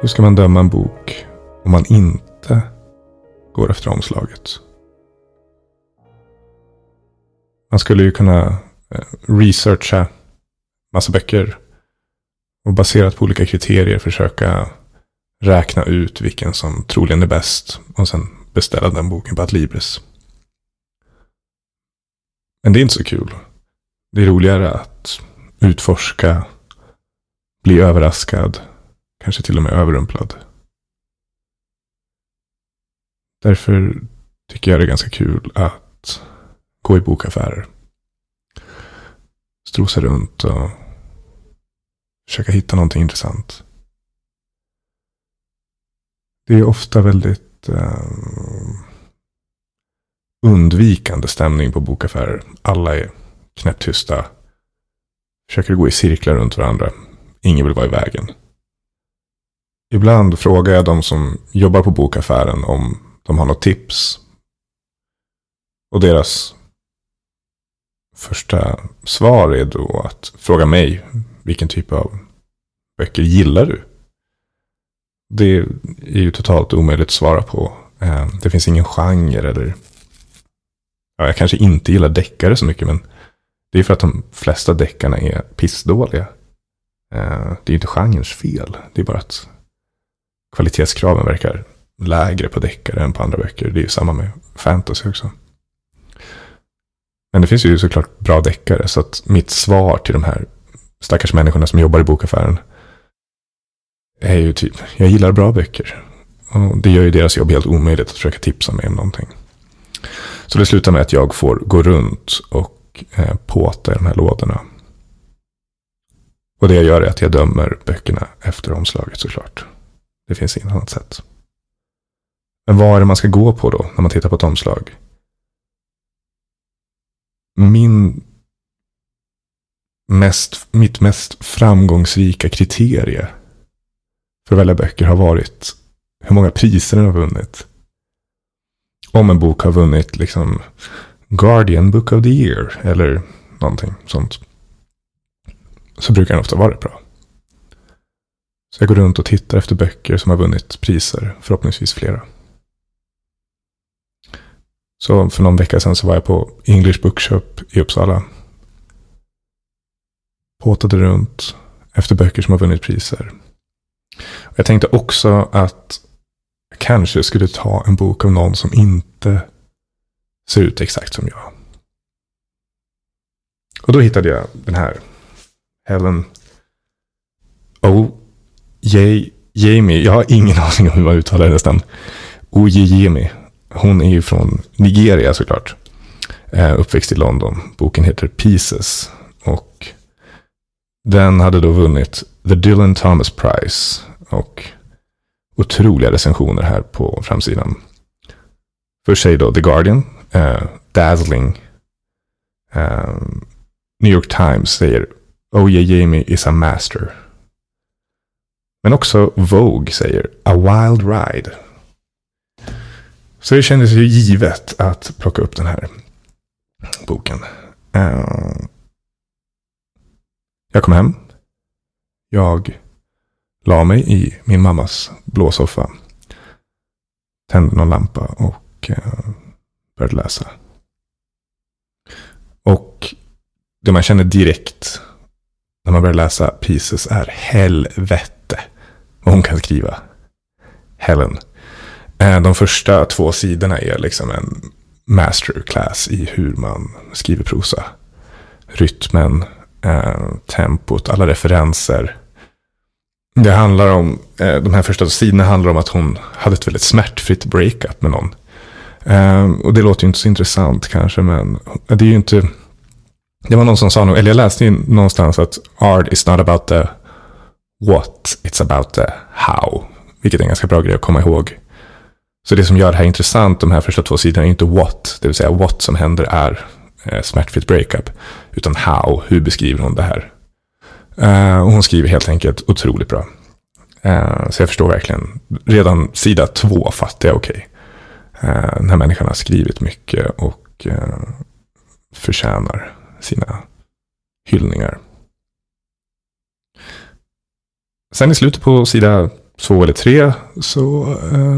Hur ska man döma en bok om man inte går efter omslaget? Man skulle ju kunna researcha massa böcker och baserat på olika kriterier försöka räkna ut vilken som troligen är bäst och sen beställa den boken på Adlibris. Men det är inte så kul. Det är roligare att utforska, bli överraskad, kanske till och med överrumplad. Därför tycker jag det är ganska kul att gå i bokaffärer. Strosa runt och försöka hitta någonting intressant. Det är ofta väldigt undvikande stämning på bokaffärer. Alla är knäpptysta. Försöker gå i cirklar runt varandra. Ingen vill vara i vägen. Ibland frågar jag de som jobbar på bokaffären om de har något tips. Och deras första svar är då att fråga mig vilken typ av böcker gillar du? Det är ju totalt omöjligt att svara på. Det finns ingen genre eller... Ja, jag kanske inte gillar deckare så mycket, men det är för att de flesta deckarna är pissdåliga. Det är ju inte genrens fel. Det är bara att kvalitetskraven verkar lägre på deckare än på andra böcker. Det är ju samma med fantasy också. Men det finns ju såklart bra deckare, så att mitt svar till de här stackars människorna som jobbar i bokaffären är ju typ, jag gillar bra böcker. Och det gör ju deras jobb helt omöjligt att försöka tipsa mig om någonting. Så det slutar med att jag får gå runt och påta i de här lådorna. Och det jag gör är att jag dömer böckerna efter omslaget såklart. Det finns inget annat sätt. Men vad är det man ska gå på då när man tittar på ett omslag? Mitt mest framgångsrika kriterie för att välja böcker har varit hur många priser den har vunnit. Om en bok har vunnit liksom Guardian Book of the Year eller någonting sånt, så brukar den ofta vara bra. Så jag går runt och tittar efter böcker som har vunnit priser, förhoppningsvis flera. Så för någon vecka sedan så var jag på English Bookshop i Uppsala. Påtade runt efter böcker som har vunnit priser. Och jag tänkte också att jag kanske skulle ta en bok av någon som inte ser ut exakt som jag. Och då hittade jag den här. Helen Oyeyemi. Jag har ingen aning om hur man uttalar det nästan. Oyeyemi. Hon är ju från Nigeria såklart. Uppväxt i London. Boken heter Pieces. Och den hade då vunnit The Dylan Thomas Prize. Och otroliga recensioner här på framsidan. Först säger då The Guardian. Dazzling. New York Times säger Oyeyemi is a master. Men också Vogue säger A wild ride. Så det kändes ju givet att plocka upp den här boken. Jag kom hem. Jag la mig i min mammas blåsoffa. Tände någon lampa och började läsa. Och det man känner direkt när man börjar läsa Pieces är helvete vad hon kan skriva. Helen. De första 2 sidorna är liksom en masterclass i hur man skriver prosa. Rytmen, tempot, alla referenser. Det handlar om, de här första sidorna handlar om att hon hade ett väldigt smärtfritt breakup med någon. Och det låter ju inte så intressant kanske, men det är ju inte... Det var någon som sa, eller jag läste ju någonstans att art is not about the what, it's about the how. Vilket är en ganska bra grej att komma ihåg. Så det som gör det här intressant, de här första 2 sidorna, är inte what, det vill säga what som händer är smärtfritt breakup, utan how, hur beskriver hon det här. Och hon skriver helt enkelt otroligt bra. Så jag förstår verkligen, redan sida 2 fattar jag okej. Den här människan har skrivit mycket och förtjänar sina hyllningar. Sen i slutet på sida 2 eller 3 så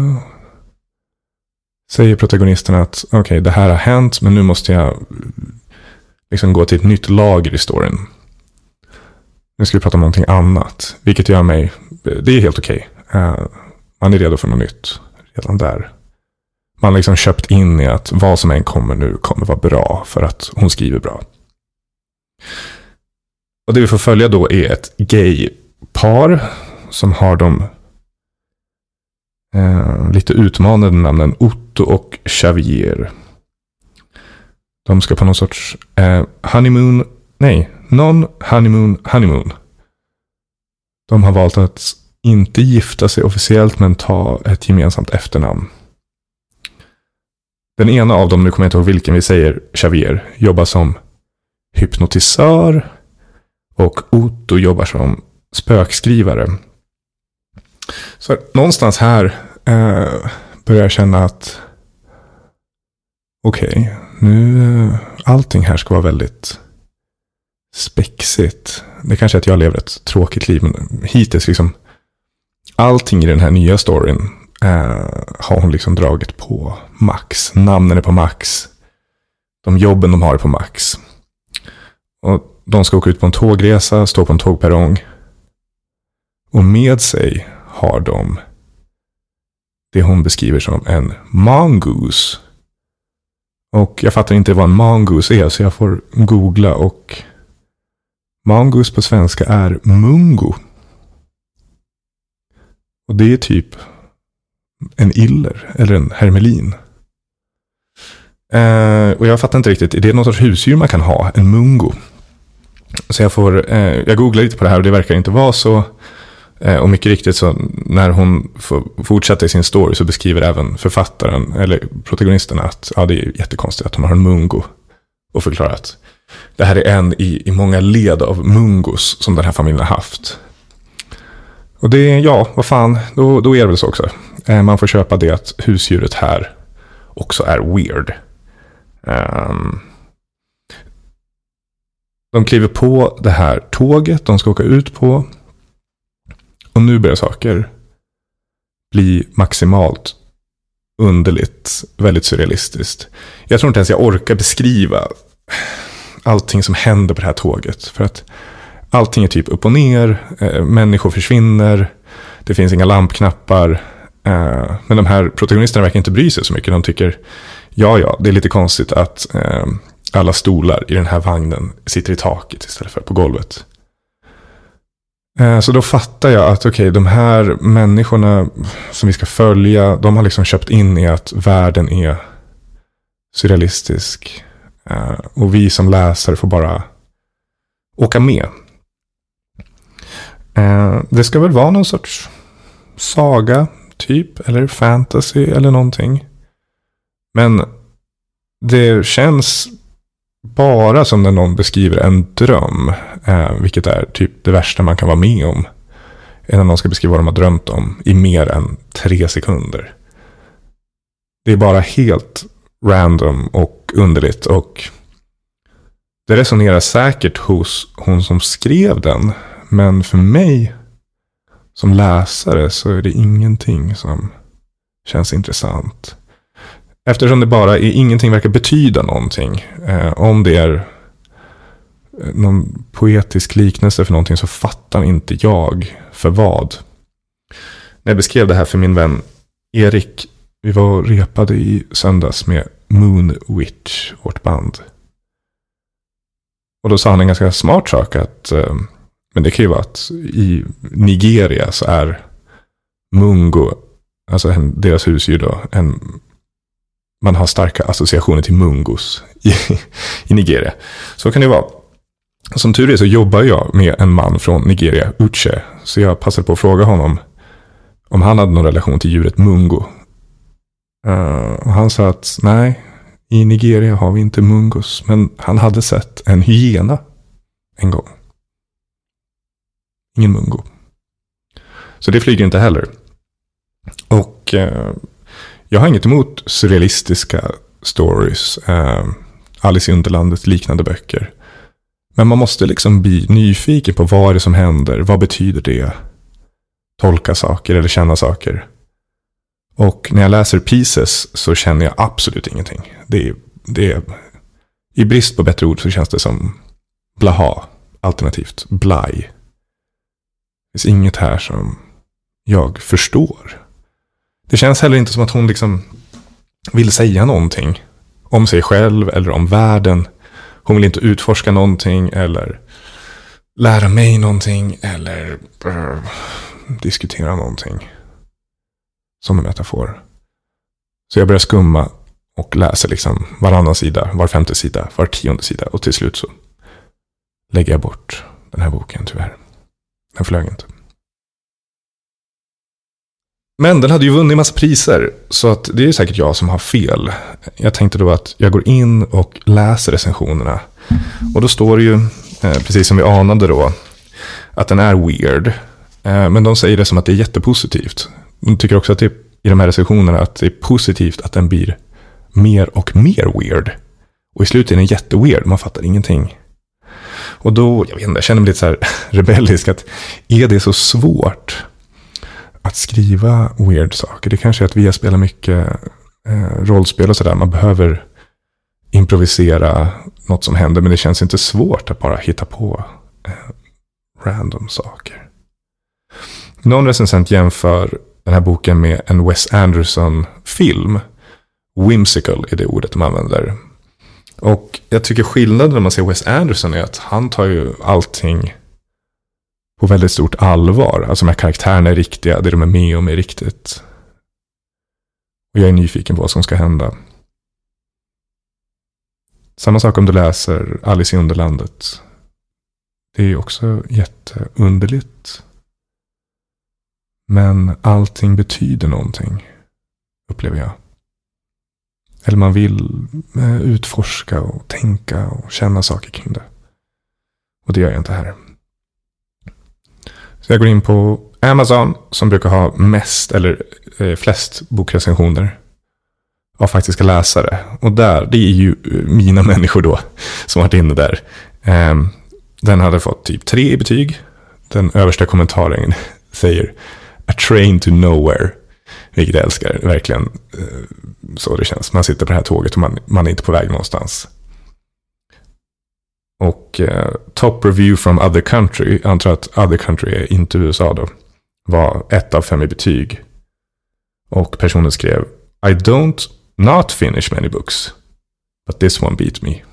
säger protagonisten att okej, det här har hänt, men nu måste jag liksom gå till ett nytt lager i storyn. Nu ska vi prata om någonting annat, vilket gör mig, det är helt okej. Man är redo för något nytt redan där. Man har liksom köpt in i att vad som än kommer nu kommer vara bra för att hon skriver bra. Och det vi får följa då är ett gay-par som har de lite utmanande namnen Otto och Xavier. De ska på någon sorts honeymoon. De har valt att inte gifta sig officiellt, men ta ett gemensamt efternamn. Den ena av dem, nu kommer jag inte ihåg vilken vi säger, Xavier, jobbar som hypnotisör och Otto jobbar som spökskrivare. Så någonstans här börjar jag känna att okej, nu allting här ska vara väldigt spexigt. Det kanske är att jag lever ett tråkigt liv, men hittills liksom allting i den här nya storyn har hon liksom dragit på max. Namnen är på max. De jobben de har är på max. Och de ska åka ut på en tågresa, stå på en tågperrong. Och med sig har de det hon beskriver som en mongoose. Och jag fattar inte vad en mongoose är, så jag får googla, och mongoose på svenska är mungo. Och det är typ en iller eller en hermelin. Och jag fattar inte riktigt, är det någon sorts husdjur man kan ha, en mungo? Så jag googlar lite på det här och det verkar inte vara så. Och mycket riktigt så när hon får fortsätta i sin story så beskriver även författaren eller protagonisten att det är jättekonstigt att hon har en mungo, och förklarar att det här är en i många led av mungos som den här familjen har haft. Och det, vad fan, då är det väl så också. Man får köpa det att husdjuret här också är weird. De kliver på det här tåget de ska åka ut på. Och nu börjar saker bli maximalt underligt, väldigt surrealistiskt. Jag tror inte ens jag orkar beskriva allting som händer på det här tåget. För att allting är typ upp och ner, människor försvinner, det finns inga lampknappar. Men de här protagonisterna verkar inte bry sig så mycket. De tycker, det är lite konstigt att alla stolar i den här vagnen sitter i taket istället för på golvet. Så då fattar jag att de här människorna som vi ska följa, de har liksom köpt in i att världen är surrealistisk. Och vi som läsare får bara åka med. Det ska väl vara någon sorts saga typ, eller fantasy eller någonting. Men det känns bara som när någon beskriver en dröm, vilket är typ det värsta man kan vara med om, när någon ska beskriva vad de har drömt om i mer än 3 sekunder. Det är bara helt random och underligt, och det resonerar säkert hos hon som skrev den, men för mig som läsare så är det ingenting som känns intressant. Eftersom det bara är ingenting verkar betyda någonting. Om det är någon poetisk liknelse för någonting så fattar inte jag för vad. När jag beskrev det här för min vän Erik, vi var och repade i söndags med Moon Witch, vårt band. Och då sa han en ganska smart sak, att men det kan ju vara att i Nigeria så är mungo, alltså deras husdjur då, man har starka associationer till mungos i Nigeria. Så kan det vara. Som tur är så jobbar jag med en man från Nigeria, Uche. Så jag passade på att fråga honom om han hade någon relation till djuret mungo. Och han sa att nej, i Nigeria har vi inte mungos. Men han hade sett en hyena en gång. Ingen mungo. Så det flyger inte heller. Och jag har inget emot surrealistiska stories. Alice i Underlandet, liknande böcker. Men man måste liksom bli nyfiken på vad är det som händer. Vad betyder det? tolka saker eller känna saker. Och när jag läser Pieces så känner jag absolut ingenting. Det är i brist på bättre ord så känns det som blaha, alternativt blaj. Det finns inget här som jag förstår. Det känns heller inte som att hon liksom vill säga någonting om sig själv eller om världen. Hon vill inte utforska någonting eller lära mig någonting eller diskutera någonting. Som en metafor. Så jag börjar skumma och läser liksom varannan sida, var 5:e sida, var 10:e sida. Och till slut så lägger jag bort den här boken tyvärr. Den flög inte. Men den hade ju vunnit massa priser. Så att det är säkert jag som har fel. Jag tänkte då att jag går in och läser recensionerna. Och då står det ju, precis som vi anade då, att den är weird. Men de säger det som att det är jättepositivt. De tycker också att det i de här recensionerna att det är positivt att den blir mer och mer weird. Och i slutet är den jätteweird, man fattar ingenting. Och då, jag vet inte, jag känner mig lite så här rebellisk att är det så svårt att skriva weird saker? Det kanske är att vi har spelat mycket rollspel och sådär. Man behöver improvisera något som händer, men det känns inte svårt att bara hitta på random saker. Någon recensent jämför den här boken med en Wes Anderson-film. Whimsical är det ordet de använder. Och jag tycker skillnaden när man ser Wes Anderson är att han tar ju allting på väldigt stort allvar. Alltså de här karaktärerna är riktiga, det de är med om är riktigt. Och jag är nyfiken på vad som ska hända. Samma sak om du läser Alice i Underlandet. Det är också jätteunderligt. Men allting betyder någonting, upplever jag. Eller man vill utforska och tänka och känna saker kring det. Och det gör jag inte här. Så jag går in på Amazon som brukar ha mest eller flest bokrecensioner av faktiska läsare. Och där, det är ju mina människor då som har varit inne där. Den hade fått typ 3 i betyg. Den översta kommentaren säger A train to nowhere. Vilket jag älskar, verkligen så det känns. Man sitter på det här tåget och man är inte på väg någonstans. Och top review from other country, jag antar att other country är inte USA då, var 1 av 5 i betyg. Och personen skrev I don't not finish many books, but this one beat me.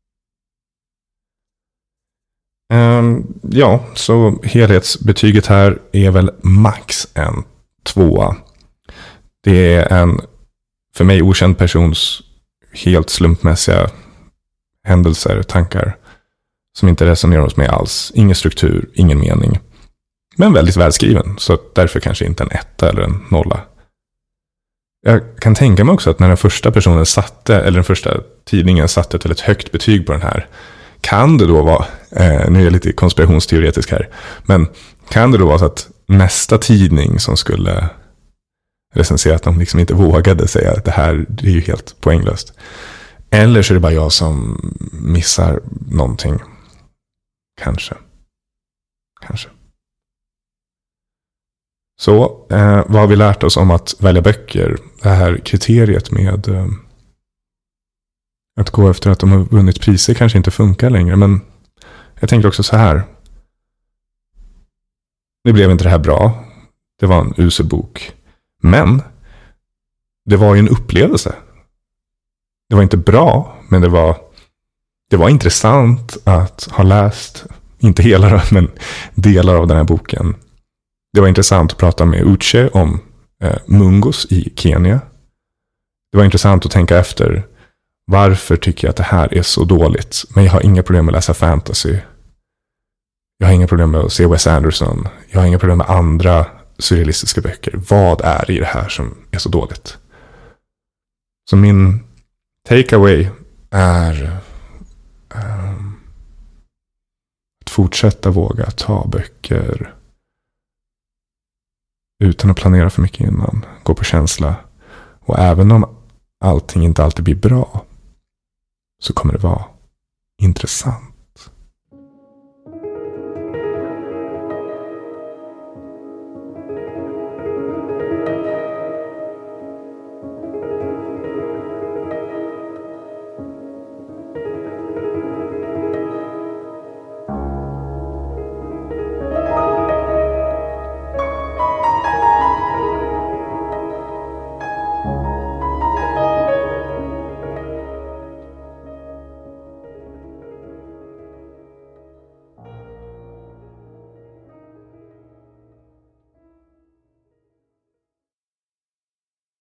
Ja, så helhetsbetyget här är väl max en 2. Det är en för mig okänd persons helt slumpmässiga händelser, tankar som inte resonerar hos mig alls. Ingen struktur, ingen mening. Men väldigt välskriven, så därför kanske inte en 1 eller en 0. Jag kan tänka mig också att när den första personen satte, eller den första tidningen satte ett väldigt högt betyg på den här, kan det då vara, nu är jag lite konspirationsteoretisk här, men kan det då vara så att nästa tidning som skulle recensera att de liksom inte vågade säga att det här det är ju helt poänglöst. Eller så är det bara jag som missar någonting. Kanske. Så, vad har vi lärt oss om att välja böcker? Det här kriteriet med att gå efter att de har vunnit priser kanske inte funkar längre. Men jag tänker också så här. Nu blev inte det här bra. Det var en usel bok. Men det var ju en upplevelse. Det var inte bra, men det var intressant att ha läst, inte hela men delar av den här boken. Det var intressant att prata med Uche om mungos i Kenya. Det var intressant att tänka efter, varför tycker jag att det här är så dåligt? Men jag har inga problem med att läsa fantasy. Jag har inga problem med att se Wes Anderson. Jag har inga problem med andra surrealistiska böcker. Vad är det i det här som är så dåligt? Så min takeaway är att fortsätta våga ta böcker utan att planera för mycket innan. Gå på känsla. Och även om allting inte alltid blir bra så kommer det vara intressant.